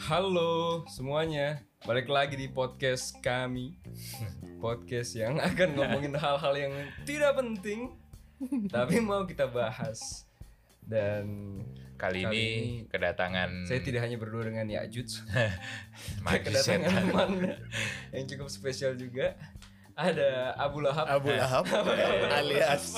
Halo semuanya, balik lagi di podcast kami. Podcast yang akan ngomongin hal-hal yang tidak penting tapi mau kita bahas. Dan kali ini kedatangan saya tidak hanya berdua dengan Ya'juj. Kedatangan teman yang cukup spesial juga. Ada Abu Lahab alias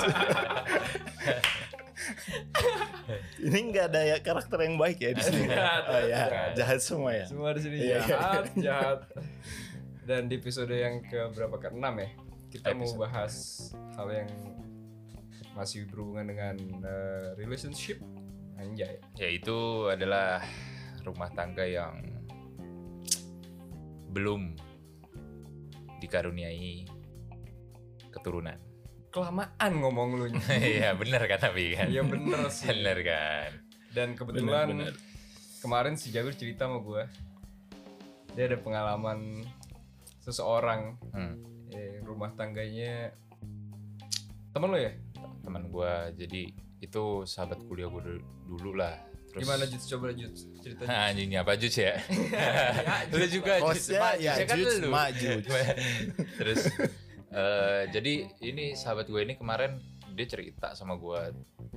ini nggak ada ya karakter yang baik ya di sini. Oh ya, jahat semua ya. Semua di sini Iya. jahat. Dan di episode yang ke-6 ya, kita mau bahas hal yang masih berhubungan dengan relationship, anjay. yaitu adalah rumah tangga yang belum dikaruniai keturunan. Kelamaan ngomong lu. Iya benar kan tapi kan. Iya bener sih. Bener kan. Dan kebetulan Bener. kemarin si Jabir cerita sama gue, dia ada pengalaman seseorang rumah tangganya temen lo ya? Teman gue, jadi itu sahabat kuliah gue dulu lah. Terus Gimana Jut? Coba Jut ceritanya. anjing apa Jut ya? Lu juga Hostnya Jut, kan Ya'juj, lu. Ma'juj. Terus jadi ini sahabat gue ini kemarin dia cerita sama gue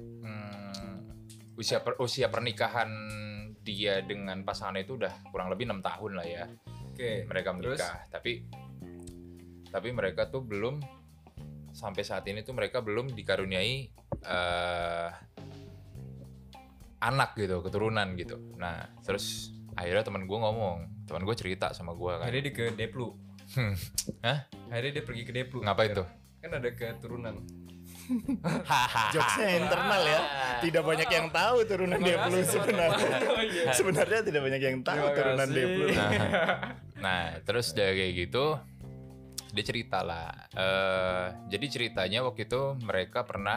usia pernikahan dia dengan pasangannya itu udah kurang lebih 6 tahun lah ya. Oke. Mereka menikah, tapi mereka tuh belum sampai saat ini tuh mereka belum dikaruniai anak gitu, keturunan gitu. Nah, terus akhirnya teman gue cerita sama gue kan. Akhirnya dia ke Deplu. Hah? Akhirnya dia pergi ke Deplu. Ngapain tuh? Kan ada keturunan. Jokesnya internal ya. Tidak banyak yang tahu turunan Deplu sebenarnya. Sebenarnya tidak banyak yang tahu Terima turunan kasih. Deplu. Nah, terus dari kayak gitu dia cerita lah. Jadi ceritanya waktu itu mereka pernah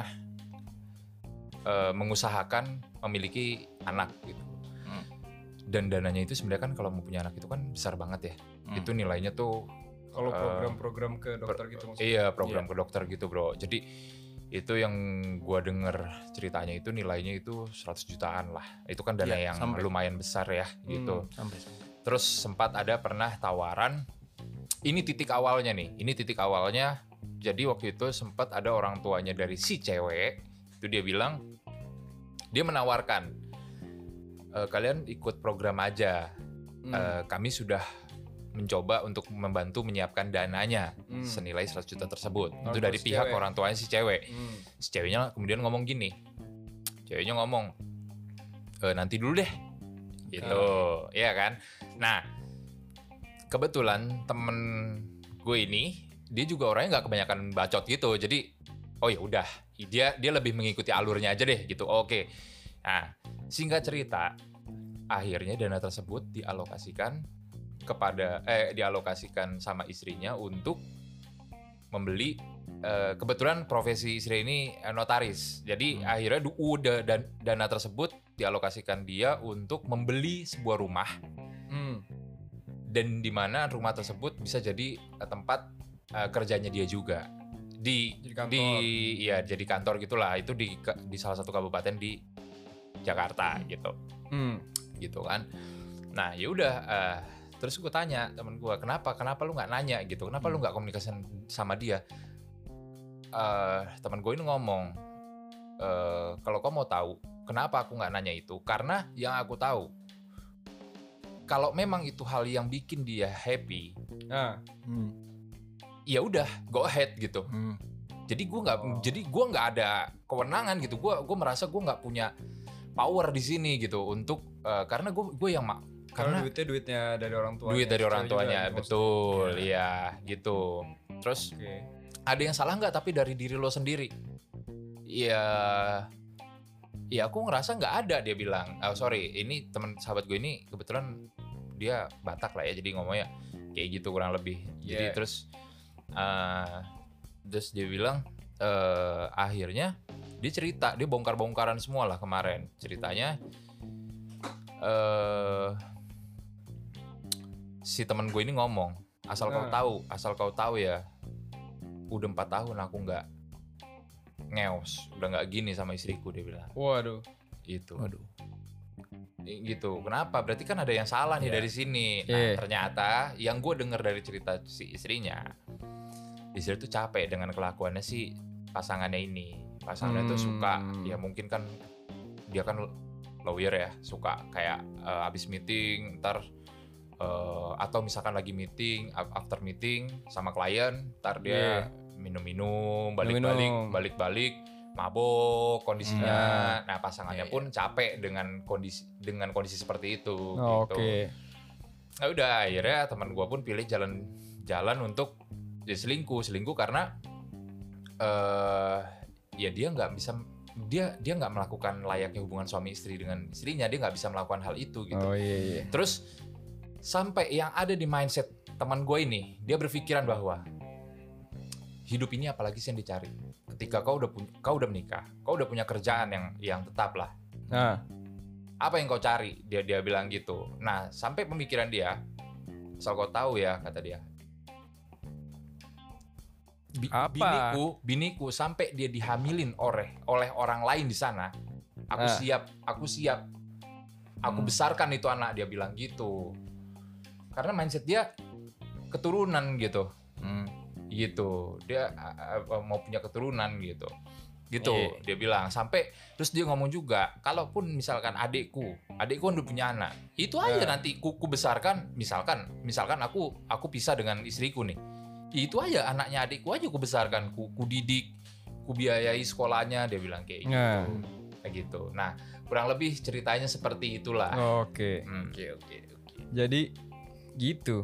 mengusahakan memiliki anak gitu. Dan dananya itu sebenarnya kan kalau mau punya anak itu kan besar banget ya. Itu nilainya tuh Kalau program-program ke dokter gitu maksudnya. iya, program ke dokter gitu, Bro. Jadi itu yang gua denger ceritanya itu nilainya itu 100 jutaan lah. Itu kan dana Iya, yang sampai. lumayan besar ya gitu. Sampai. Terus sempat ada pernah tawaran. Ini titik awalnya nih. Ini titik awalnya. Jadi waktu itu sempat ada orang tuanya dari si cewek. Itu dia bilang, dia menawarkan, kalian ikut program aja. Kami sudah mencoba untuk membantu menyiapkan dananya senilai 100 juta tersebut. Itu dari si pihak cewek. orang tuanya si cewek. Si ceweknya kemudian ngomong gini. Ceweknya ngomong, nanti dulu deh. Gitu, ya kan? Nah, kebetulan temen gue ini dia juga orangnya nggak kebanyakan bacot gitu. Jadi, oh ya udah, dia lebih mengikuti alurnya aja deh gitu. Oke. Nah, singkat cerita, akhirnya dana tersebut dialokasikan sama istrinya untuk membeli, kebetulan profesi istri ini notaris. Jadi akhirnya dana tersebut dialokasikan dia untuk membeli sebuah rumah. Dan di mana rumah tersebut bisa jadi tempat kerjanya dia juga. Jadi kantor. Jadi kantor gitulah. Itu di salah satu kabupaten di Jakarta gitu. Gitu kan. Nah, ya udah, terus gue tanya temen gue, kenapa lu nggak nanya gitu, kenapa lu nggak komunikasi sama dia? Temen gue ini ngomong, kalau kau mau tahu kenapa aku nggak nanya itu, karena yang aku tahu kalau memang itu hal yang bikin dia happy, ya udah go ahead gitu. Jadi gue nggak ada kewenangan gitu, gue merasa gue nggak punya power di sini gitu untuk karena gue yang Karena duitnya dari orang tuanya. duit dari orang Cewek tuanya, juga, betul, iya gitu. Terus Oke. ada yang salah nggak tapi dari diri lo sendiri? Iya, aku ngerasa nggak ada, dia bilang. Sorry, ini teman sahabat gue ini kebetulan dia Batak lah ya, jadi ngomongnya kayak gitu kurang lebih. Jadi terus dia bilang akhirnya dia cerita, dia bongkar-bongkaran semua lah kemarin ceritanya. Si teman gue ini ngomong, asal kau tahu ya, udah 4 tahun aku nggak ngeos, udah nggak gini sama istriku, dia bilang. Waduh. Itu. gitu. Kenapa? Berarti kan ada yang salah nih dari sini. Nah, ternyata yang gue dengar dari cerita si istrinya, istri tuh capek dengan kelakuannya si pasangannya ini. Pasangannya tuh suka, ya mungkin kan dia kan lawyer ya, suka kayak abis meeting ntar atau misalkan lagi meeting, after meeting sama klien, ntar dia minum-minum, balik-balik mabok kondisinya. Nah, pasangannya pun capek dengan kondisi seperti itu gitu. Nah, udah akhirnya teman gue pun pilih jalan untuk selingkuh karena ya dia nggak bisa, dia nggak melakukan layaknya hubungan suami istri dengan istrinya, dia nggak bisa melakukan hal itu gitu. Terus sampai yang ada di mindset teman gue ini, dia berpikiran bahwa hidup ini apalagi sih yang dicari? Ketika kau udah menikah, kau udah punya kerjaan yang tetap lah. Apa yang kau cari? Dia bilang gitu. Nah, sampai pemikiran dia, asal kau tahu ya, kata dia, biniku sampai dia dihamilin oleh orang lain di sana, aku siap, aku besarkan itu anak, dia bilang gitu. Karena mindset dia keturunan gitu. Gitu, dia mau punya keturunan gitu. Dia bilang. Sampai terus dia ngomong juga, kalaupun misalkan adikku udah punya anak, itu aja nanti ku besarkan. Misalkan aku pisah dengan istriku nih, itu aja anaknya adikku aja ku besarkan, ku didik, ku biayai sekolahnya, dia bilang kayak gitu. Kayak gitu. Nah, kurang lebih ceritanya seperti itulah. Oke. Jadi gitu.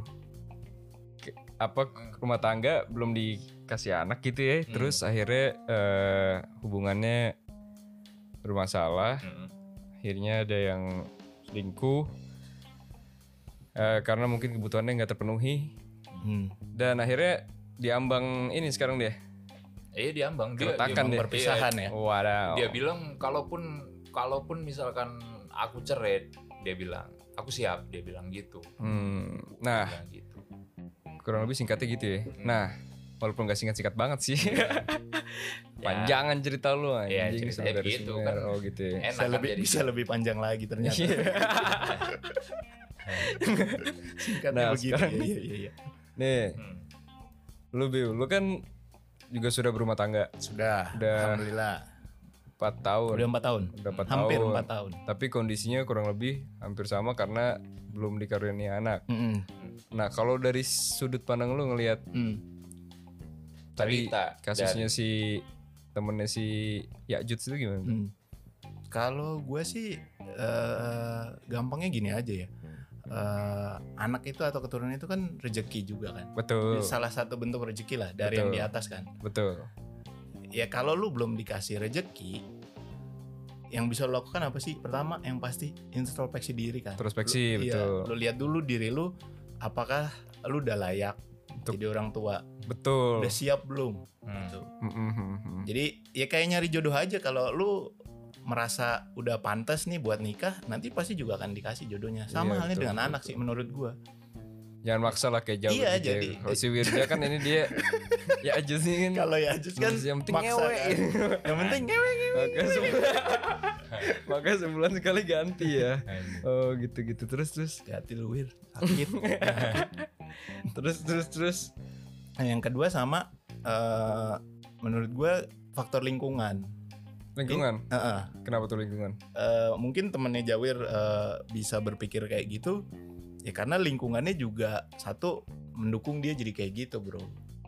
Rumah tangga belum dikasih anak gitu ya, terus akhirnya hubungannya bermasalah, akhirnya ada yang selingkuh karena mungkin kebutuhannya nggak terpenuhi, dan akhirnya diambang ini sekarang dia. Diambang, dia perpisahan ya. Waduh. Dia bilang kalaupun misalkan aku cerai, dia bilang aku siap, dia bilang gitu. Nah, bilang gitu. Kurang lebih singkatnya gitu ya. Nah, walaupun gak singkat-singkat banget sih. Panjangan cerita lu anjing, ceritanya gitu kan. Oh gitu ya. Bisa lebih panjang lagi ternyata. Singkatnya begitu. Iya. Nih. Lu kan juga sudah berumah tangga. Sudah. Alhamdulillah. 4 tahun. Udah 4 tahun. Hampir 4 tahun. Tapi kondisinya kurang lebih hampir sama karena belum dikaruniai anak. Nah, kalau dari sudut pandang lu ngelihat tadi kasusnya si temennya si Ya'juj itu gimana? Kalau gue sih gampangnya gini aja ya. Anak itu atau keturunan itu kan rezeki juga kan. Betul. Salah satu bentuk rezeki lah dari yang di atas kan. Betul. Ya kalau lu belum dikasih rezeki, yang bisa lo lakukan apa sih? Pertama yang pasti introspeksi diri kan. Introspeksi, betul. Lu lihat dulu diri lu, apakah lu udah layak jadi orang tua? Betul. Udah siap belum? Gitu. Jadi ya kayak nyari jodoh aja. Kalau lu merasa udah pantas nih buat nikah, nanti pasti juga akan dikasih jodohnya. Sama halnya dengan anak sih menurut gua. Jangan maksa lah kayak jauh. Iya, jadi kalau si Wirja kan ini dia Ya'juj nih kan. Kalau Ya'juj kan yang penting maksa ngewe. kan. Yang penting ngewe. Maka sebulan sekali ganti ya. Oh gitu terus. Hati lu Wir, sakit. terus. Nah, yang kedua sama menurut gue faktor lingkungan. Kenapa tuh lingkungan? Mungkin temennya Jawir bisa berpikir kayak gitu ya karena lingkungannya juga satu mendukung dia jadi kayak gitu, bro.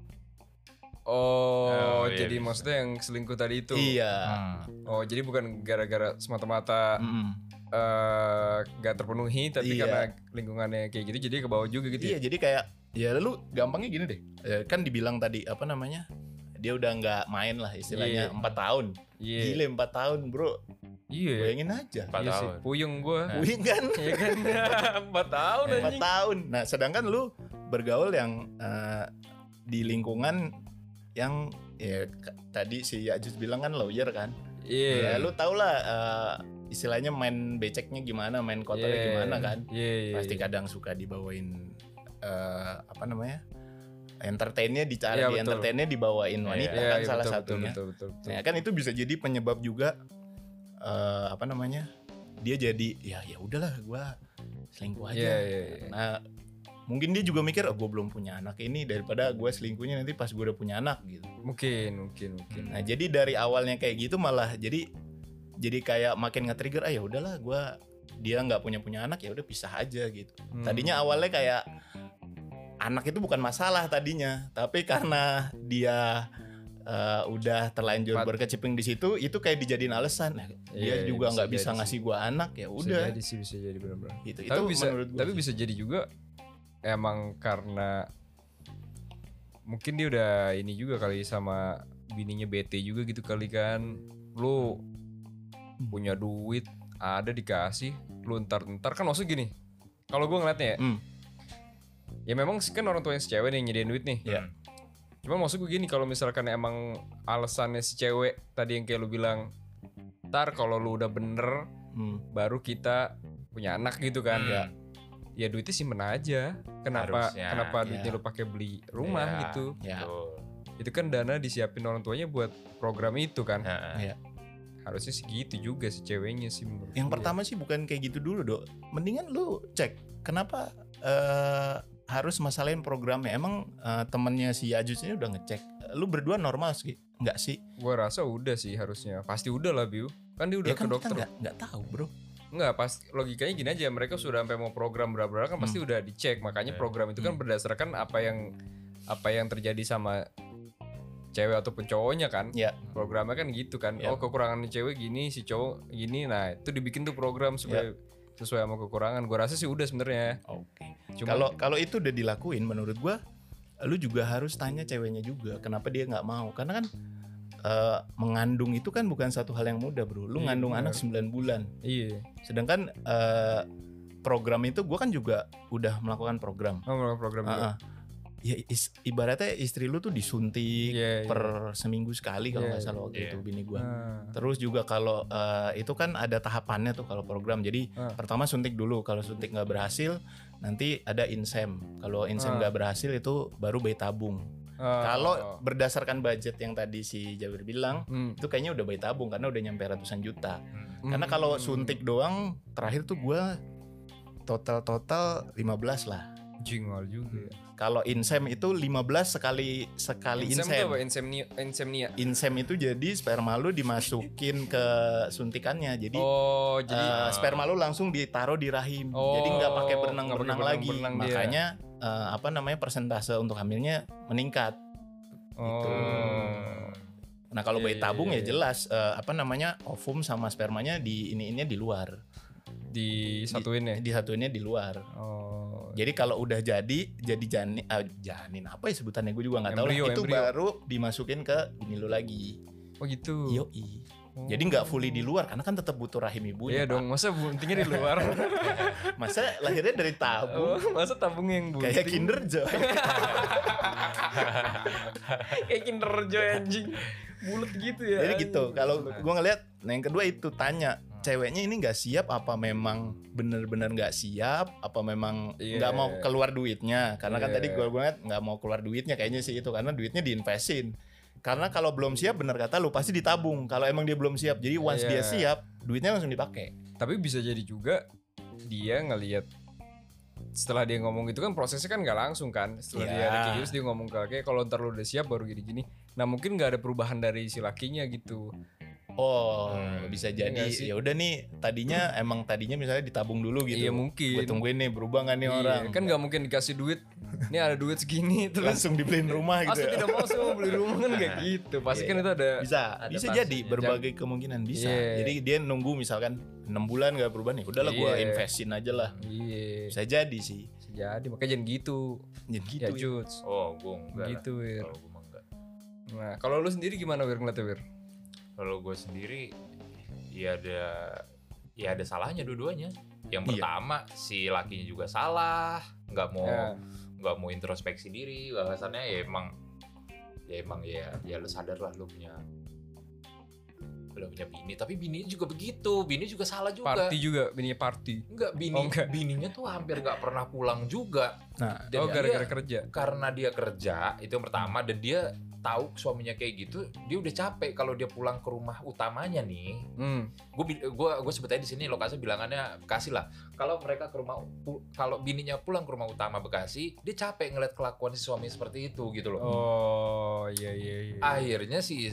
Jadi bisa. Maksudnya yang selingkuh tadi itu. Iya. Jadi bukan gara-gara semata-mata gak terpenuhi, tapi karena lingkungannya kayak gitu jadi ke bawah juga gitu. Iya, jadi kayak ya lu gampangnya gini deh. Kan dibilang tadi apa namanya? Dia udah nggak main lah istilahnya 4 tahun. Gile 4 tahun, bro. Iya. Bayangin aja. 4 tahun. Puyeng gua. Puyeng kan? Iya kan. 4 tahun anjing. 4 tahun. Nah, sedangkan lu bergaul yang di lingkungan yang ya tadi si Ya'juj bilang kan lawyer kan. Iya. Ya lu tau lah istilahnya main beceknya gimana, main kotornya gimana kan. Pasti kadang suka dibawain apa namanya? Entertainnya dicari di entertainnya dibawain wanita kan salah satunya. Betul. Nah, kan itu bisa jadi penyebab juga apa namanya? dia jadi ya udahlah gue selingkuh aja. Yeah. Nah mungkin dia juga mikir gue belum punya anak ini, daripada gue selingkuhnya nanti pas gue udah punya anak gitu. Mungkin. Nah jadi dari awalnya kayak gitu malah jadi kayak makin nge-trigger, ya udahlah dia nggak punya anak, ya udah pisah aja gitu. Tadinya awalnya kayak anak itu bukan masalah tadinya, tapi karena dia udah terlanjur berkecimpung di situ, itu kayak dijadiin alasan. Dia juga nggak bisa ngasih gue anak, ya udah. Bisa jadi benar-benar. Gitu. Tapi bisa jadi juga emang karena mungkin dia udah ini juga kali sama bininya bete juga gitu kali kan. Lu punya duit, ada dikasih, lu ntar kan maksud gini. Kalau gue ngeliatnya ya memang kan orang tua yang si cewek nih nyediain duit nih. Cuma maksud gue gini, kalau misalkan emang alasannya si cewek tadi yang kayak lu bilang, ntar kalau lu udah bener baru kita punya anak gitu kan. Ya duitnya simpen aja. Kenapa duitnya lu pakai beli rumah gitu? Itu kan dana disiapin orang tuanya buat program itu kan. Harusnya segitu juga si ceweknya sih menurut yang gue. Pertama sih bukan kayak gitu dulu, Dok. Mendingan lu cek kenapa harus masalahin programnya. Emang temennya si Ajus ini udah ngecek lu berdua normal sih? Enggak sih? Gua rasa udah sih harusnya. Pasti udah lah, Biu. Kan dia udah kan ke dokter. Kita nggak tahu, Bro. Enggak, pas logikanya gini aja, mereka sudah sampai mau program berapa kan pasti udah dicek. Makanya program itu kan berdasarkan apa yang terjadi sama cewek ataupun cowoknya kan. Programnya kan gitu kan. Oh, kekurangan cewek gini, si cowok gini. Nah, itu dibikin tuh program supaya sesuai sama kekurangan. Gua rasa sih udah sebenarnya. Oke. Kalau itu udah dilakuin, menurut gua lu juga harus tanya ceweknya juga kenapa dia nggak mau. Karena kan mengandung itu kan bukan satu hal yang mudah, Bro. Lu ngandung anak 9 bulan. Iya. Sedangkan program itu gue kan juga udah melakukan program. Melakukan program juga. Ya ibaratnya istri lu tuh disuntik per seminggu sekali kalau nggak salah waktu itu bini gue. Terus juga kalau itu kan ada tahapannya tuh kalau program. Jadi pertama suntik dulu. Kalau suntik nggak berhasil nanti ada insem. Kalau insem nggak berhasil itu baru bayi tabung. Kalau berdasarkan budget yang tadi si Jawir bilang, itu kayaknya udah bayi tabung karena udah nyampe ratusan juta. Karena kalau suntik doang, terakhir tuh gue total 15 lah. Jingol juga. Kalau insem itu 15 sekali insem. Insem itu apa? Insemnia. Insem itu jadi sperma lu dimasukin ke suntikannya. Jadi sperma lu langsung ditaruh di rahim. Jadi nggak pakai berenang lagi. Makanya persentase untuk hamilnya meningkat. Gitu. Nah kalau bayi tabung ya jelas ovum sama spermanya di luar. Disatuinnya di luar. Jadi kalau udah jadi janin apa ya sebutannya, gue juga nggak tahu lah. Itu baru dimasukin ke bini lu lagi. Oh gitu. Yoi. Jadi nggak fully di luar karena kan tetap butuh rahim ibunya. Iya dong, masa buntingnya di luar? Masa lahirnya dari tabung? Masa tabung yang bunting? Kayak Kinder Joy. Kayak Kinder Joy anjing. Bulet gitu ya. Jadi gitu. Kalau gue ngeliat, yang kedua itu tanya ceweknya ini nggak siap, apa memang bener-bener nggak siap, apa memang nggak mau keluar duitnya? Karena kan tadi gue ngeliat nggak mau keluar duitnya kayaknya sih itu, karena duitnya diinvestin. Karena kalau belum siap, bener kata lu, pasti ditabung. Kalau emang dia belum siap, jadi once dia siap, duitnya langsung dipakai. Tapi bisa jadi juga dia ngelihat setelah dia ngomong gitu kan prosesnya kan nggak langsung kan. Setelah dia ada kayak gitu, dia ngomong kayak kalau ntar lu udah siap baru gini-gini. Nah mungkin nggak ada perubahan dari si lakinya gitu. Bisa jadi ya udah nih tadinya misalnya ditabung dulu gitu. Iya mungkin. Gue tungguin nih berubah nggak nih orang. Kan nggak mungkin dikasih duit. Ini ada duit segini terus langsung dibeliin rumah gitu. Pasti tidak mau semua beli rumah kan kayak gitu. Pasti kan itu ada. Bisa jadi berbagai kemungkinan bisa. Jadi dia nunggu misalkan 6 bulan nggak berubah nih. Udahlah gue investin aja lah. Bisa jadi sih. Bisa jadi makanya jangan gitu. Jangan gitu. Ya Juts. Gue enggak. Gitu Wir. Kalau gue enggak. Nah kalau lu sendiri gimana Wir ngeliatnya Wir? Kalau gue sendiri ya ada salahnya dua-duanya. Yang pertama si lakinya juga salah, nggak mau introspeksi diri. Bahwasannya ya emang lu sadar lah lu punya bini, tapi bininya juga begitu, bini juga salah juga. Party juga, bininya party. Enggak, bininya tuh hampir nggak pernah pulang juga. Nah, gara-gara kerja. Karena dia kerja itu yang pertama, dan dia tahu suaminya kayak gitu, dia udah capek kalau dia pulang ke rumah utamanya nih. Gue sebetulnya di sini lokasi bilangannya Bekasi lah. Kalau mereka kalau bininya pulang ke rumah utama Bekasi, dia capek ngeliat kelakuan si suami seperti itu gitu loh. Oh iya. Akhirnya si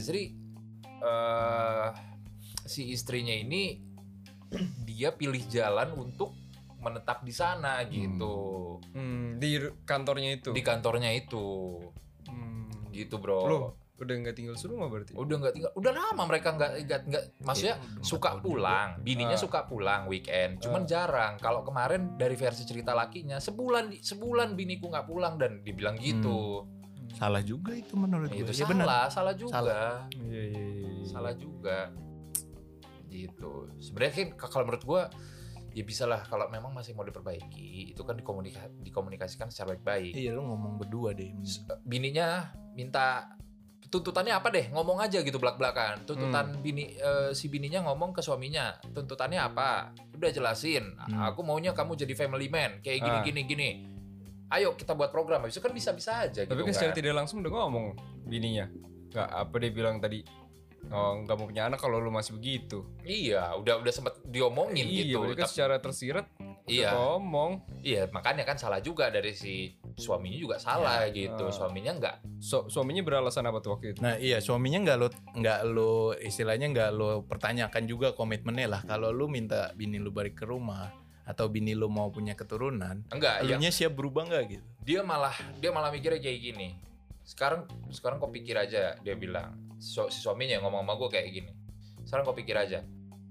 istrinya ini dia pilih jalan untuk menetap di sana gitu. Di kantornya itu. Gitu bro. Loh, udah nggak tinggal serumah berarti? Udah nggak tinggal. Udah lama mereka nggak. Maksudnya suka pulang. Bininya suka pulang weekend. Cuman jarang. Kalau kemarin dari versi cerita lakinya sebulan biniku nggak pulang dan dibilang gitu. Salah juga itu menurut gue. Itu Ya, salah juga. Iya. Salah juga. Gitu. Sebenarnya kan kalau menurut gue ya bisa lah kalau memang masih mau diperbaiki itu kan dikomunikasikan secara baik-baik. Iya, lu ngomong berdua deh. Bininya minta tuntutannya apa deh, ngomong aja gitu belak-belakan. Tuntutan si bininya ngomong ke suaminya, tuntutannya apa? Udah jelasin. Aku maunya kamu jadi family man, kayak gini. Ayo kita buat program. Itu kan bisa-bisa aja. Tapi gitu kan secara tidak langsung udah ngomong bininya. Nggak apa dia bilang tadi. Oh, nggak mau punya anak kalau lu masih begitu. Iya, udah sempat diomongin gitu. Iya, kan secara tersirat ngomong. Iya, makanya kan salah juga dari si suaminya juga salah gitu. Suaminya suaminya beralasan apa tuh waktu itu? Nah iya, suaminya nggak lo istilahnya nggak lo pertanyakan juga komitmennya lah. Kalau lu minta bini lu balik ke rumah atau bini lu mau punya keturunan, elunya siap berubah nggak gitu? Dia malah mikirnya kayak gini. Sekarang kau pikir aja, dia bilang. Si suaminya ngomong sama gue kayak gini. Sekarang kau pikir aja.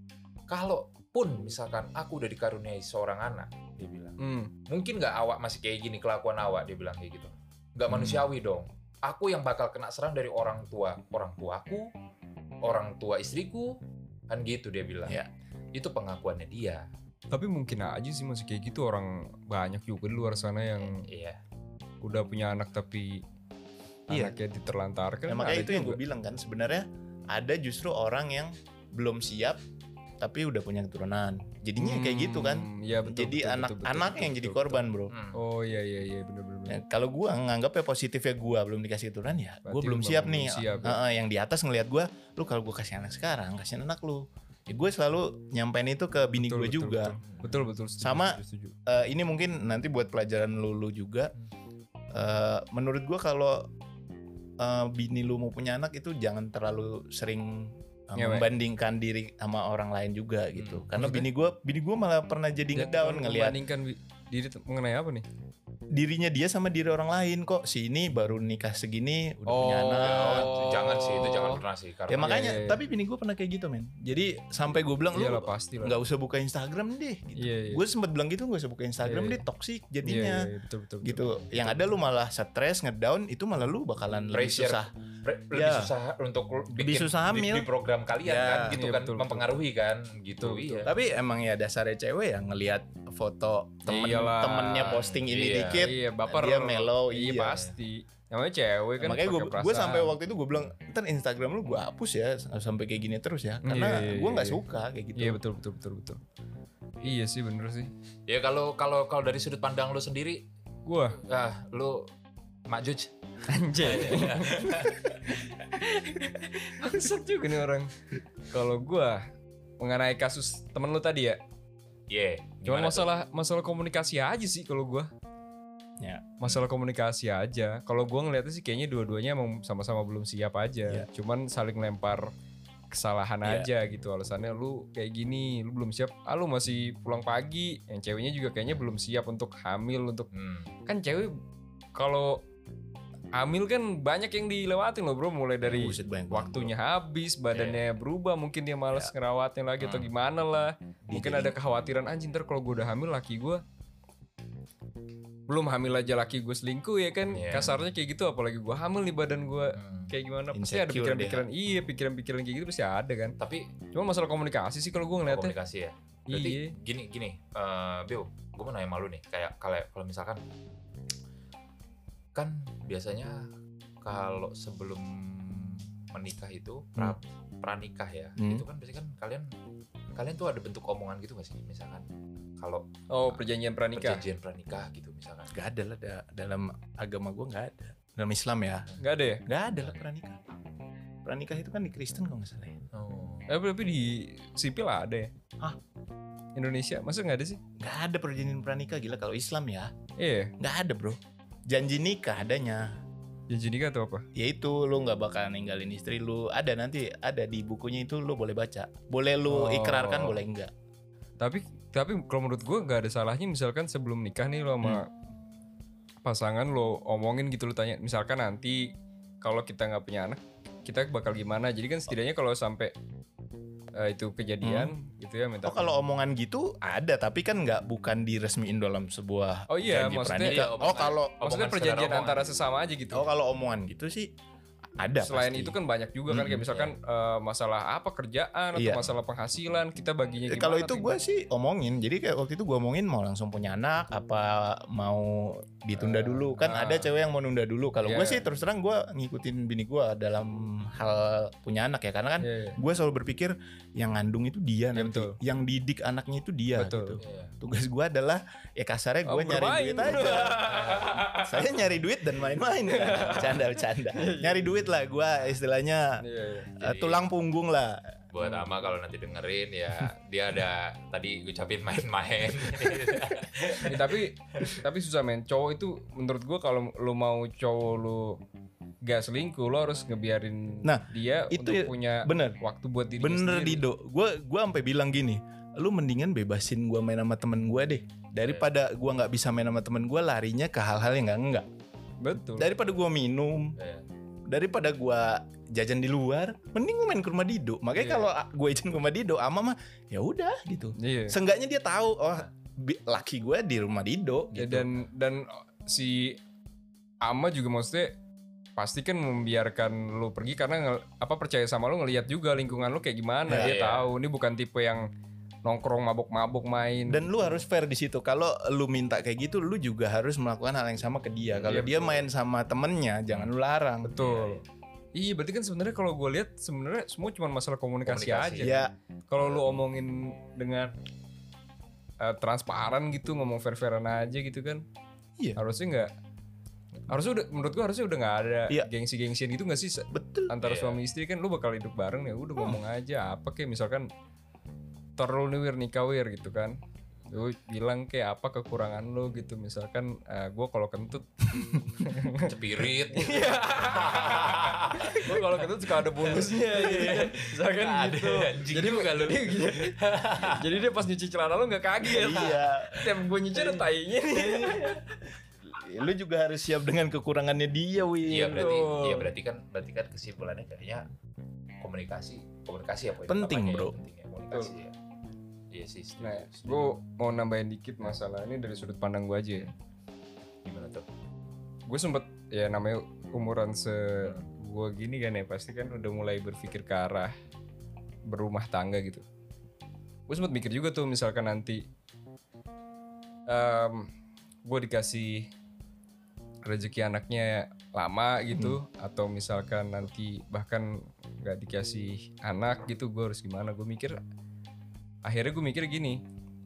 Kalaupun misalkan aku udah dikaruniai seorang anak, dia bilang. Mungkin nggak awak masih kayak gini kelakuan awak, dia bilang kayak gitu. Nggak manusiawi dong. Aku yang bakal kena serang dari orang tuaku, orang tua istriku, kan gitu dia bilang. Ya. Itu pengakuannya dia. Tapi mungkin aja sih masih kayak gitu, orang banyak juga di luar sana yang udah punya anak tapi anaknya diterlantarkan. Makanya itu yang gue bilang kan, sebenarnya ada justru orang yang belum siap tapi udah punya keturunan. Jadinya kayak gitu kan. Ya, betul, jadi anak-anak yang jadi korban, bro. Oh iya benar. Ya, kalau gue nganggap ya positifnya gue belum dikasih keturunan ya, gue belum siap nih. Yang di atas ngelihat gue, lu kalau gue kasih anak sekarang, kasih anak lu. Ya, gue selalu nyampein itu ke bini gue juga. Betul. Sama ini mungkin nanti buat pelajaran lu juga. Menurut gue kalau bini lu mau punya anak itu jangan terlalu sering membandingkan diri sama orang lain juga gitu. Karena bini gue malah pernah jadi ngedown ngelihat. Membandingkan diri mengenai apa nih? Dirinya dia sama diri orang lain, kok si ini baru nikah segini udah punya anak. Jangan sih, itu jangan pernah sih. Ya makanya, tapi bini gue pernah kayak gitu men. Jadi sampai gue bilang lu nggak usah buka Instagram deh. Gitu. Gue sempat bilang gitu, nggak usah buka Instagram deh, toksik jadinya. Betul. Gitu. Yang ada lu malah stres, ngedown, itu malah lu bakalan lebih susah. Lebih susah untuk lebih susah hamil di program kalian kan, gitu kan, mempengaruhi kan, gitu. Iya. Tapi emang ya dasarnya cewek yang ngelihat foto temennya posting ini dikit, baper, dia mellow. Iya pasti. Namanya cewek kan. Makanya gue sampai waktu itu gue bilang, ntar Instagram lu gue hapus ya sampai kayak gini terus ya, karena gue nggak suka kayak gitu. Iya betul. Iya sih, bener sih. Ya kalau dari sudut pandang lu sendiri, lu Mak Juj. Anjay. Maksud juga nih orang. Kalau gue mengenai kasus temen lu tadi ya. Cuman masalah komunikasi aja sih kalau gue. Ya. Masalah komunikasi aja. Kalau gue ngeliatnya sih kayaknya dua-duanya emang sama-sama belum siap aja. Cuman saling lempar kesalahan aja gitu. Alasannya lu kayak gini, lu belum siap. Lu masih pulang pagi. Yang ceweknya juga kayaknya belum siap untuk hamil, untuk kan cewek kalau hamil kan banyak yang dilewatin loh bro, mulai dari waktunya habis, badannya berubah, mungkin dia malas ngerawatnya lagi atau gimana lah. Mungkin ada kekhawatiran, anjing ntar kalau gue udah hamil laki gue belum hamil aja laki gue selingkuh ya kan, kasarnya kayak gitu, apalagi gue hamil nih badan gue kayak gimana, pasti ada pikiran-pikiran pikiran-pikiran kayak gitu pasti ada kan. Tapi cuma masalah komunikasi sih kalau gue ngeliatnya. Komunikasi ya. Berarti gini Bill, gue mau nanya malu nih, kayak kalau misalkan kan biasanya kalau sebelum menikah itu pranikah ya, itu kan biasanya kan kalian tuh ada bentuk omongan gitu gak sih, misalkan kalau perjanjian pranikah gitu misalkan. Gak ada lah, dalam agama gue gak ada. Dalam Islam ya. Nggak ada ya? Nggak ada lah pranikah. Pranikah itu kan di Kristen kalau nggak salah ya. Tapi di sipil ada ya? Hah? Indonesia masa nggak ada sih? Nggak ada perjanjian pranikah, gila. Kalau Islam ya Iya. nggak ada bro. Janji nikah adanya. Janji nikah atau apa? Ya itu lu nggak bakal ninggalin istri lu. Ada nanti ada di bukunya itu, lu boleh baca. Boleh lu ikrarkan, boleh enggak. Tapi kalau menurut gue nggak ada salahnya misalkan sebelum nikah nih lo sama pasangan lo omongin gitu, lo tanya misalkan nanti kalau kita nggak punya anak kita bakal gimana. Jadi kan setidaknya kalau sampai itu kejadian gitu ya minta. Oh kalau omongan gitu ada, tapi kan bukan diresmiin dalam sebuah janji maksudnya pranikah. Maksudnya perjanjian antara sesama aja gitu. Oh kalau omongan gitu sih ada. Selain pasti. itu kan banyak juga kan kayak misalkan masalah apa kerjaan atau masalah penghasilan kita baginya gimana. Kalau itu gue sih omongin. Jadi kayak waktu itu gue omongin mau langsung punya anak apa mau ditunda dulu. Kan ada cewek yang mau nunda dulu. Kalau gue sih terus terang gue ngikutin bini gue dalam hal punya anak ya. Karena kan gue selalu berpikir yang ngandung itu dia nanti. Betul. Yang didik anaknya itu dia. Betul. Gitu. Tugas gue adalah ya kasarnya gue nyari duit aja. Saya nyari duit dan main-main. Bercanda. Nyari duit lah gue istilahnya tulang punggung lah. Buat Ama kalau nanti dengerin ya dia ada tadi ucapin main-main. tapi susah men. Cowok itu menurut gue kalau lu mau cowok lu gak selingkuh, lo harus ngebiarin dia itu untuk punya waktu buat diri bener sendiri. Dido, gue sampai bilang gini, lu mendingan bebasin gue main sama temen gue deh daripada gue nggak bisa main sama temen gue, larinya ke hal-hal yang enggak. Betul. Daripada gue minum, daripada gue jajan di luar, mending gue main ke rumah Dido. Makanya kalau gue izin ke rumah Dido, Ama mah ya udah gitu. Seenggaknya dia tahu laki gue di rumah Dido gitu. Dan si Ama juga maksudnya pasti kan membiarkan lu pergi karena percaya sama lu, ngelihat juga lingkungan lu kayak gimana. Dia tahu ini bukan tipe yang nongkrong mabok-mabok main. Dan lu harus fair di situ. Kalau lu minta kayak gitu, lu juga harus melakukan hal yang sama ke dia. Kalau dia main sama temennya, jangan lu larang. Betul. Iya, berarti kan sebenarnya kalau gue lihat sebenarnya semua cuma masalah komunikasi aja. Ya. Kalau lu omongin dengan transparan gitu, ngomong fair-fairan aja gitu kan. Iya. Harusnya menurut gua harusnya udah nggak ada gengsi-gengsian gitu nggak sih? Betul. Antara suami istri kan lu bakal hidup bareng ya, udah ngomong aja apa kayak misalkan terlalu nih nikah gitu kan. Lu bilang kayak apa kekurangan lu gitu, misalkan gua kalau kentut cepirit. Gua kalau kentut suka ada bonusnya gitu. Misalkan gitu. Jadi bukan lu. Jadi dia pas nyuci celana lu nggak kaget. Iya. Tiap gua nyuci ada tainya nih. Lu juga harus siap dengan kekurangannya dia, Win. Iya berarti kan kesimpulannya kayaknya komunikasi apa penting, bro. Penting ya, komunikasi ya. Iya sih. Nah, gue mau nambahin dikit masalah ini dari sudut pandang gue aja ya. Gimana tuh? Gue sempet ya namanya umuran gue gini kan ya, pasti kan udah mulai berpikir ke arah berumah tangga gitu. Gue sempet mikir juga tuh misalkan nanti gue dikasih rezeki anaknya lama gitu, atau misalkan nanti bahkan nggak dikasih anak gitu, gue harus gimana? Akhirnya gue mikir gini,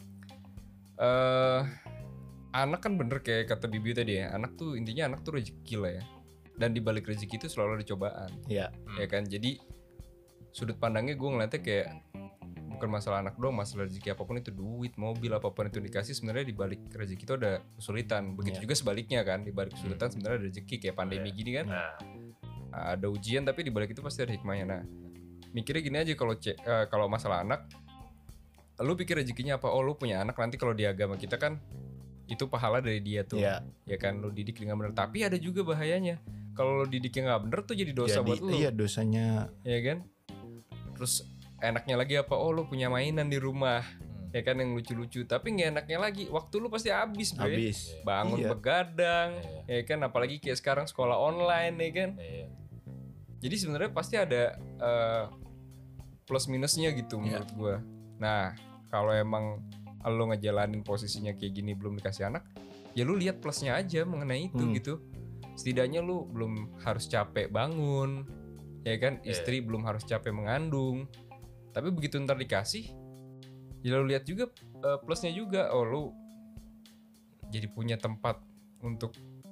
anak kan bener kayak kata Bibi tadi ya, anak tuh intinya anak tuh rezeki lah ya, dan di balik rezeki itu selalu ada cobaan, ya kan. Jadi sudut pandangnya gue ngeliatnya kayak bukan masalah anak doang, masalah rezeki apapun itu, duit, mobil, apapun itu dikasih, sebenarnya di balik rezeki itu ada kesulitan. Begitu juga sebaliknya kan, di balik kesulitan sebenarnya ada rezeki. Kayak pandemi gini kan, ada ujian tapi di balik itu pasti ada hikmahnya. Nah, mikirnya gini aja, kalau masalah anak, lu pikir rezekinya apa? Oh, lu punya anak nanti kalau di agama kita kan itu pahala dari dia tuh, ya kan, lu didik dengan benar. Tapi ada juga bahayanya, kalau lu didiknya nggak bener tuh jadi dosa buat lu. Iya, dosanya. Ya kan. Terus enaknya lagi apa? Oh, lu punya mainan di rumah, ya kan, yang lucu-lucu. Tapi nggak enaknya lagi, waktu lu pasti habis, bangun begadang, ya kan. Apalagi kayak sekarang sekolah online, ya kan. Jadi sebenarnya pasti ada plus minusnya gitu menurut gue. Nah, kalau emang lo ngejalanin posisinya kayak gini belum dikasih anak, ya lu lihat plusnya aja mengenai itu gitu. Setidaknya lu belum harus capek bangun, ya kan. Istri belum harus capek mengandung. Tapi begitu ntar dikasih, ya lu lihat juga plusnya juga. Oh, lu jadi punya tempat untuk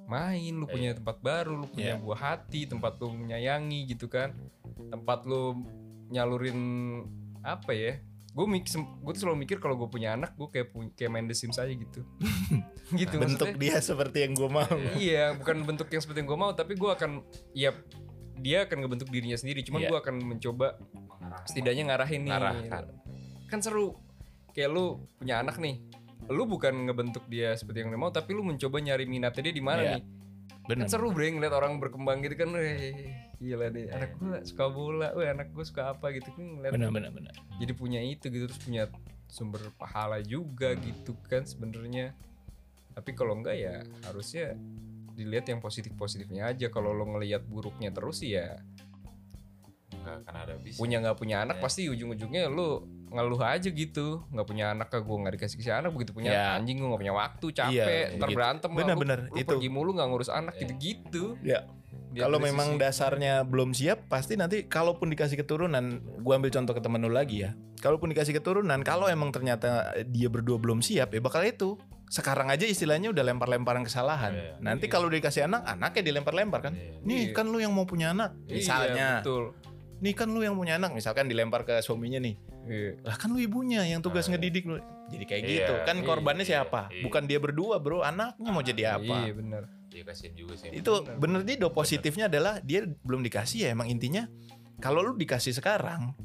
main, lu punya tempat baru, lu punya buah hati, tempat lu menyayangi gitu kan, tempat lu nyalurin apa ya? Gue tuh selalu mikir kalau gue punya anak, gue kayak main The Sims aja gitu. Gitu bentuk maksudnya, dia seperti yang gue mau. Iya, bukan bentuk yang seperti yang gue mau, tapi gue akan dia akan ngebentuk dirinya sendiri. Cuman gue akan mencoba setidaknya ngarahin nih. Kan seru. Kayak lu punya anak nih, lu bukan ngebentuk dia seperti yang dia mau, tapi lu mencoba nyari minatnya dia di mana nih. Bener. Kan seru bre ngeliat orang berkembang gitu kan. Gila deh, anak gue suka bola, anak gue suka apa gitu kan. Bener. Jadi punya itu gitu, terus punya sumber pahala juga gitu kan sebenarnya. Tapi kalau enggak ya harusnya dilihat yang positifnya aja. Kalau lo ngelihat buruknya terus ya nggak akan ada habis. Nggak punya anak pasti ujung-ujungnya lo ngeluh aja gitu. Nggak punya anak, gue nggak dikasih anak, begitu punya anjing gue nggak punya waktu, capek, ntar gitu. Berantem. Bener lu itu pergi mulu nggak ngurus anak gitu-gitu. Ya. Kalau memang dasarnya belum siap, pasti nanti kalaupun dikasih keturunan, gua ambil contoh ke temen lu lagi ya. Kalaupun dikasih keturunan, kalau emang ternyata dia berdua belum siap, ya bakal itu. Sekarang aja istilahnya udah lempar-lemparan kesalahan. Nanti kalau dikasih anak, anaknya dilempar-lempar kan. Nih kan lu yang mau punya anak, misalnya. Betul. Nih kan lu yang punya anak, misalkan dilempar ke suaminya nih. Lah kan lu ibunya yang tugas ngedidik lu. Jadi kayak gitu. Kan korbannya siapa? Bukan dia berdua, bro. Anaknya mau jadi apa? Iya, benar. Dia kasihan juga sih. Itu bener nih, positifnya adalah dia belum dikasih ya. Emang intinya kalau lu dikasih sekarang,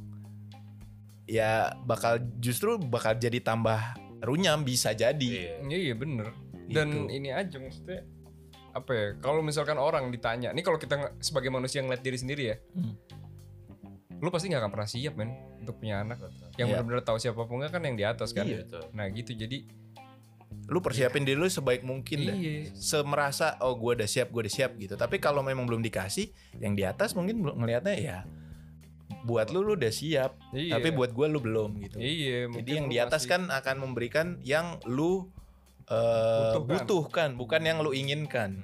ya justru bakal jadi tambah runyam, bisa jadi. Iya bener. Dan ini aja maksudnya apa ya? Kalau misalkan orang ditanya, nih kalau kita sebagai manusia ngeliat diri sendiri ya, lu pasti nggak akan pernah siap men untuk punya anak. Yang benar-benar tahu siapa pun kan yang di atas kan. Nah gitu, jadi lu persiapin diri lu sebaik mungkin dah. Semerasa gue udah siap gitu. Tapi kalau memang belum dikasih, yang di atas mungkin ngelihatnya ya buat lu udah siap, tapi buat gue lu belum gitu. Jadi yang di atas kan akan memberikan yang lu butuhkan, bukan yang lu inginkan.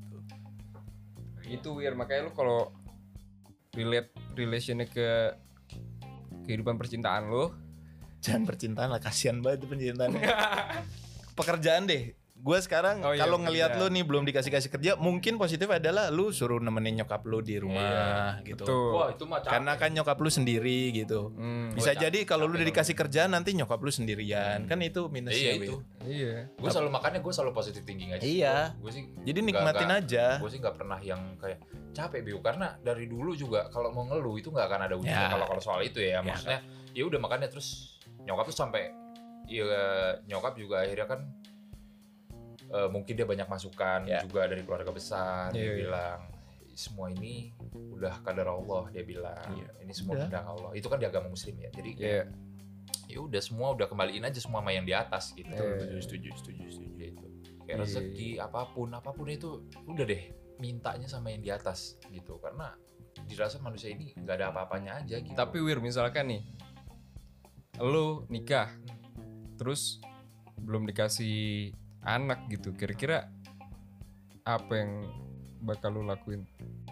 Itu Wir, makanya lu kalau relationnya ke kehidupan percintaan lu, jangan percintaan lah, kasihan banget percintaan. Pekerjaan deh. Gue sekarang kalau ngelihat lu nih belum dikasih kerja, mungkin positif adalah lu suruh nemenin nyokap lu di rumah gitu. Betul. Wah, itu mah karena kan nyokap lu sendiri gitu. Bisa jadi kalau lu udah dikasih kerjaan nanti nyokap lu sendirian. Kan itu minusnya. Gue selalu positif thinking aja. Iya. Gue sih. Jadi nikmatin aja. Gue sih nggak pernah yang kayak capek karena dari dulu juga kalau mau ngeluh itu nggak akan ada ujungnya kalau soal itu ya. Maksudnya ya udah makanya terus nyokap tuh sampai nyokap juga akhirnya kan mungkin dia banyak masukan juga dari keluarga besar. Dia bilang semua ini udah qadar Allah, dia bilang ini semua kehendak Allah. Itu kan di agama Muslim ya. Jadi ya udah semua udah kembaliin aja semua sama yang di atas gitu. Setuju itu. Kayak rezeki apapun itu udah deh mintanya sama yang di atas gitu. Karena dirasa manusia ini nggak ada apa-apanya aja gitu. Tapi Wir, misalkan nih lu nikah terus belum dikasih anak gitu, kira-kira apa yang bakal lu lakuin?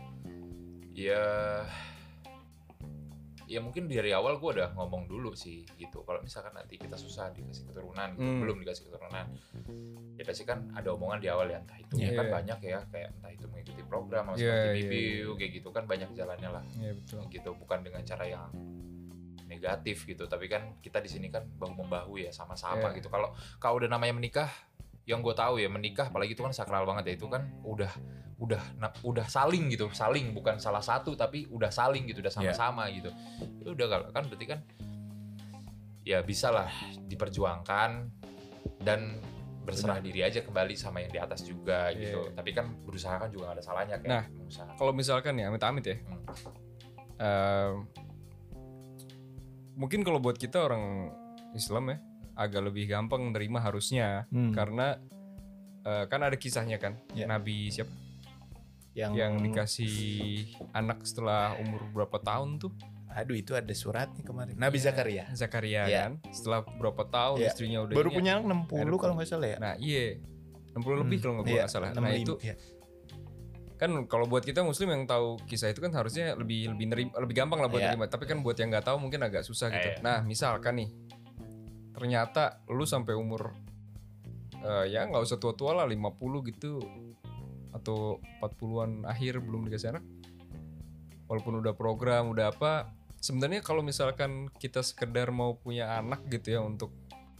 Ya mungkin dari awal gue udah ngomong dulu sih gitu. Kalau misalkan nanti kita susah dikasih keturunan gitu, belum dikasih keturunan, ya pasti kan ada omongan di awal ya, entah itu kan banyak ya, kayak entah itu mengikuti program atau seperti BBU kayak gitu kan banyak jalannya lah. Betul. Gitu, bukan dengan cara yang negatif gitu, tapi kan kita di sini kan bahu membahu ya, sama-sama gitu. Kalau udah namanya menikah, yang gue tahu ya menikah apalagi itu kan sakral banget ya, itu kan udah saling gitu, saling bukan salah satu tapi udah saling gitu, udah sama-sama gitu. Itu udah kan berarti kan ya bisa lah diperjuangkan dan berserah diri aja kembali sama yang di atas juga gitu. Tapi kan berusaha kan juga gak ada salahnya kayak. Nah, kalau misalkan ya amit-amit ya, mungkin kalau buat kita orang Islam ya agak lebih gampang nerima harusnya, karena kan ada kisahnya kan, Nabi siapa yang dikasih anak setelah umur berapa tahun tuh? Aduh, itu ada suratnya kemarin. Nabi Zakaria kan, setelah berapa tahun istrinya udah baru punya 60 kalau nggak salah ya. Nah 60 lebih kalau nggak salah. Nah itu kan kalau buat kita Muslim yang tahu kisah itu kan harusnya lebih gampang lah buat nerima. Tapi kan buat yang nggak tahu mungkin agak susah gitu. Nah misalkan nih, ternyata lu sampai umur ya nggak usah tua-tua lah, 50 gitu, atau 40-an akhir belum dikasih anak, walaupun udah program udah apa, sebenarnya kalau misalkan kita sekedar mau punya anak gitu ya untuk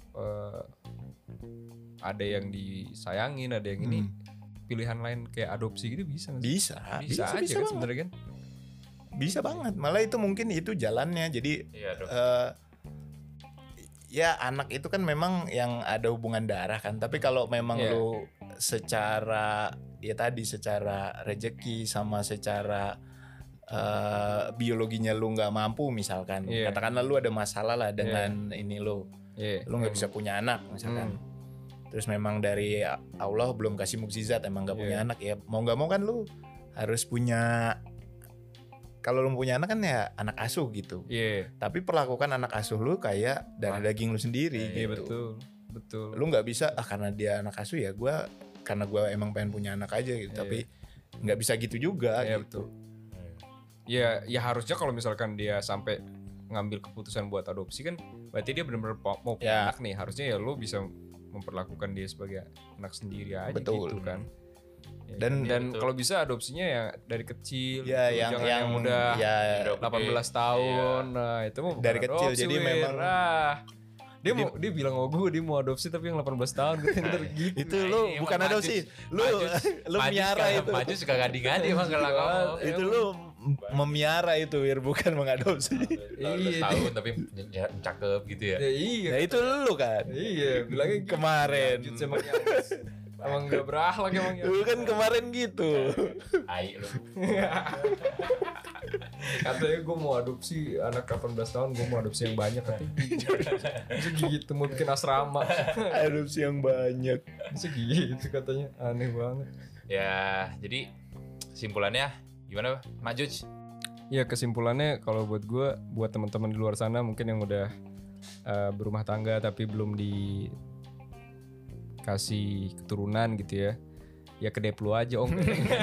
ada yang disayangin, ada yang ini pilihan lain kayak adopsi gitu bisa nggak sih? Bisa aja kan sebenarnya kan. Bisa banget, malah itu mungkin itu jalannya. Jadi ya anak itu kan memang yang ada hubungan darah kan. Tapi kalau memang lu secara ya tadi secara rezeki sama secara biologinya lu nggak mampu misalkan, katakanlah lu ada masalah lah dengan ini lu nggak bisa punya anak misalkan. Terus memang dari Allah belum kasih mukjizat, emang gak punya anak, ya mau gak mau kan lu harus punya. Kalau lu punya anak kan ya anak asuh gitu. Tapi perlakukan anak asuh lu kayak darah daging lu sendiri gitu. Betul. Lu gak bisa karena dia anak asuh ya karena gue emang pengen punya anak aja gitu. Tapi gak bisa gitu juga gitu. Ya harusnya kalau misalkan dia sampai ngambil keputusan buat adopsi kan berarti dia benar-benar mau punya anak nih. Harusnya ya lu bisa memperlakukan dia sebagai anak sendiri aja. Betul. Gitu kan. Dan kalau bisa adopsinya ya dari kecil, jangan yang udah 18 tahun. Nah, itu mau dari kecil adopsi, jadi memang dia bilang gue dia mau adopsi tapi yang 18 tahun gitu. Itu lu bukan adopsi, lu miara itu. Maju suka ganti-ganti emang kalau ngomong. Itu lu memiara itu bukan mengadopsi. 18 tahun tapi cakep gitu ya. Nah itu lu kan. Bilangnya kemarin. Emang gak berakhlak emang ya. Lu kan kemarin gitu. Ai lu. Katanya gue mau adopsi anak 18 tahun, gue mau adopsi yang banyak katanya. Bisa gitu, mau bikin asrama. Adopsi yang banyak. Bisa gitu katanya, aneh banget. Ya, jadi kesimpulannya gimana Mak Juj? Ya kesimpulannya kalau buat gue, buat teman-teman di luar sana mungkin yang udah berumah tangga tapi belum dikasih keturunan gitu ya, ya ke Deplu aja om.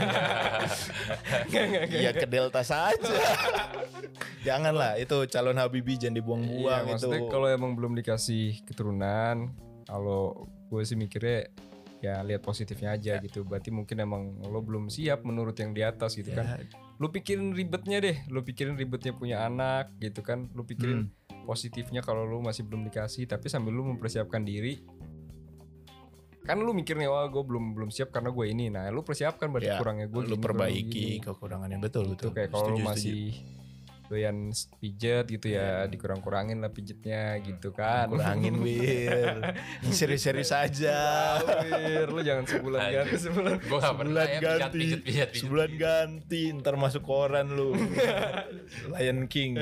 Ya ke Delta saja. Janganlah itu calon Habibie jangan dibuang-buang itu. Maksudnya kalau emang belum dikasih keturunan, kalau gue sih mikirnya ya lihat positifnya aja gitu. Berarti mungkin emang lo belum siap menurut yang di atas gitu kan. Lu pikirin ribetnya deh, lu pikirin ribetnya punya anak gitu kan. Lu pikirin positifnya kalau lu masih belum dikasih, tapi sambil lu mempersiapkan diri. Kan lu mikirnya wah gue belum siap karena gue ini. Nah, lu persiapkan berarti kurangnya gue. Lu perbaiki kekurangannya betul. Kayak kalau lu masih doyan pijet gitu ya, dikurang-kurangin lah pijetnya gitu kan. Kurangin Wir. Serius-serius aja. Wir, lu jangan sebulan ganti sebulan. Gua enggak pernah ya pijat. Sebulan ganti, ntar masuk koran lu. Lion King.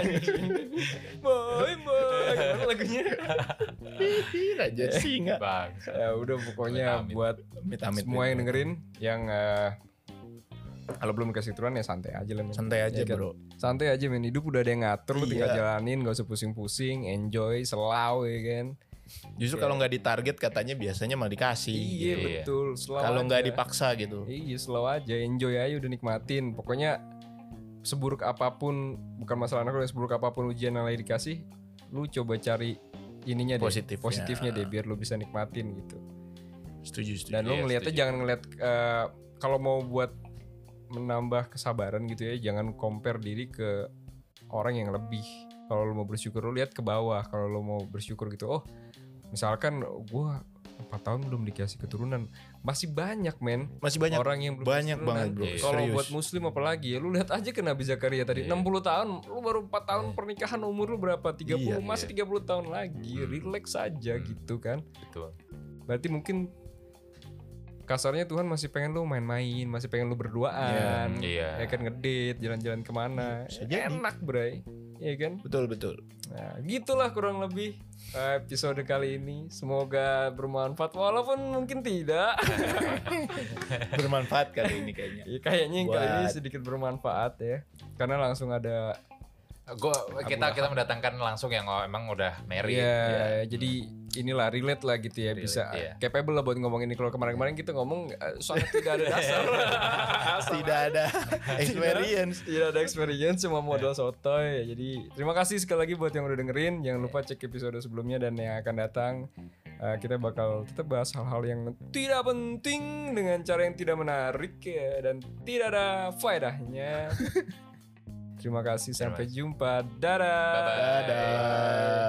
Boy, gimana lagunya? Raja Singa. Bang. Ya udah pokoknya buat semua yang dengerin yang kalau belum dikasih keturunan ya santai aja lah men. Santai aja ya, bro. Santai aja men, hidup udah ada yang ngatur. Lu tinggal jalanin, gak usah pusing-pusing, enjoy, selau ya kan. Justru kalau gak ditarget katanya biasanya malah dikasih. Iya betul, kalau gak dipaksa gitu. Iya slow aja, enjoy aja udah nikmatin. Pokoknya seburuk apapun, bukan masalah anak lu, seburuk apapun ujian yang lagi dikasih, lu coba cari ininya deh, positifnya deh biar lu bisa nikmatin gitu. Setuju. Dan lu ngeliatnya jangan ngeliat kalau mau buat menambah kesabaran gitu ya, jangan compare diri ke orang yang lebih. Kalau lu mau bersyukur lu lihat ke bawah. Kalau lu mau bersyukur gitu, oh misalkan gua 4 tahun belum dikasih keturunan, masih banyak men, masih banyak orang yang belum banyak banget bro. Kalau buat muslim apalagi ya, lu lihat aja ke Nabi Zakaria tadi 60 tahun, lu baru 4 tahun pernikahan, umur lu berapa? 30, masih 30 tahun lagi. Relax aja gitu kan. Betul. Berarti mungkin kasarnya Tuhan masih pengen lu main-main, masih pengen lu berduaan, ya kan, ngedate, jalan-jalan kemana, enak bray, ya kan? Betul. Nah, gitulah kurang lebih episode kali ini. Semoga bermanfaat, walaupun mungkin tidak. Bermanfaat kali ini kayaknya. Ya, kayaknya yang kali ini sedikit bermanfaat ya, karena langsung ada. Kita mendatangkan langsung yang emang udah married. Ya, jadi inilah relate lah gitu ya, bisa capable lah buat ngomong ini. Kalau kemarin-kemarin kita ngomong sangat tidak ada dasar. Tidak ada experience. Tidak ada experience, cuma modal sotoy. Jadi terima kasih sekali lagi buat yang udah dengerin. Jangan lupa cek episode sebelumnya dan yang akan datang. Kita bakal tetap bahas hal-hal yang tidak penting dengan cara yang tidak menarik ya, dan tidak ada faedahnya. Terima kasih, sampai jumpa. Dadah. Bye-bye. Dadah.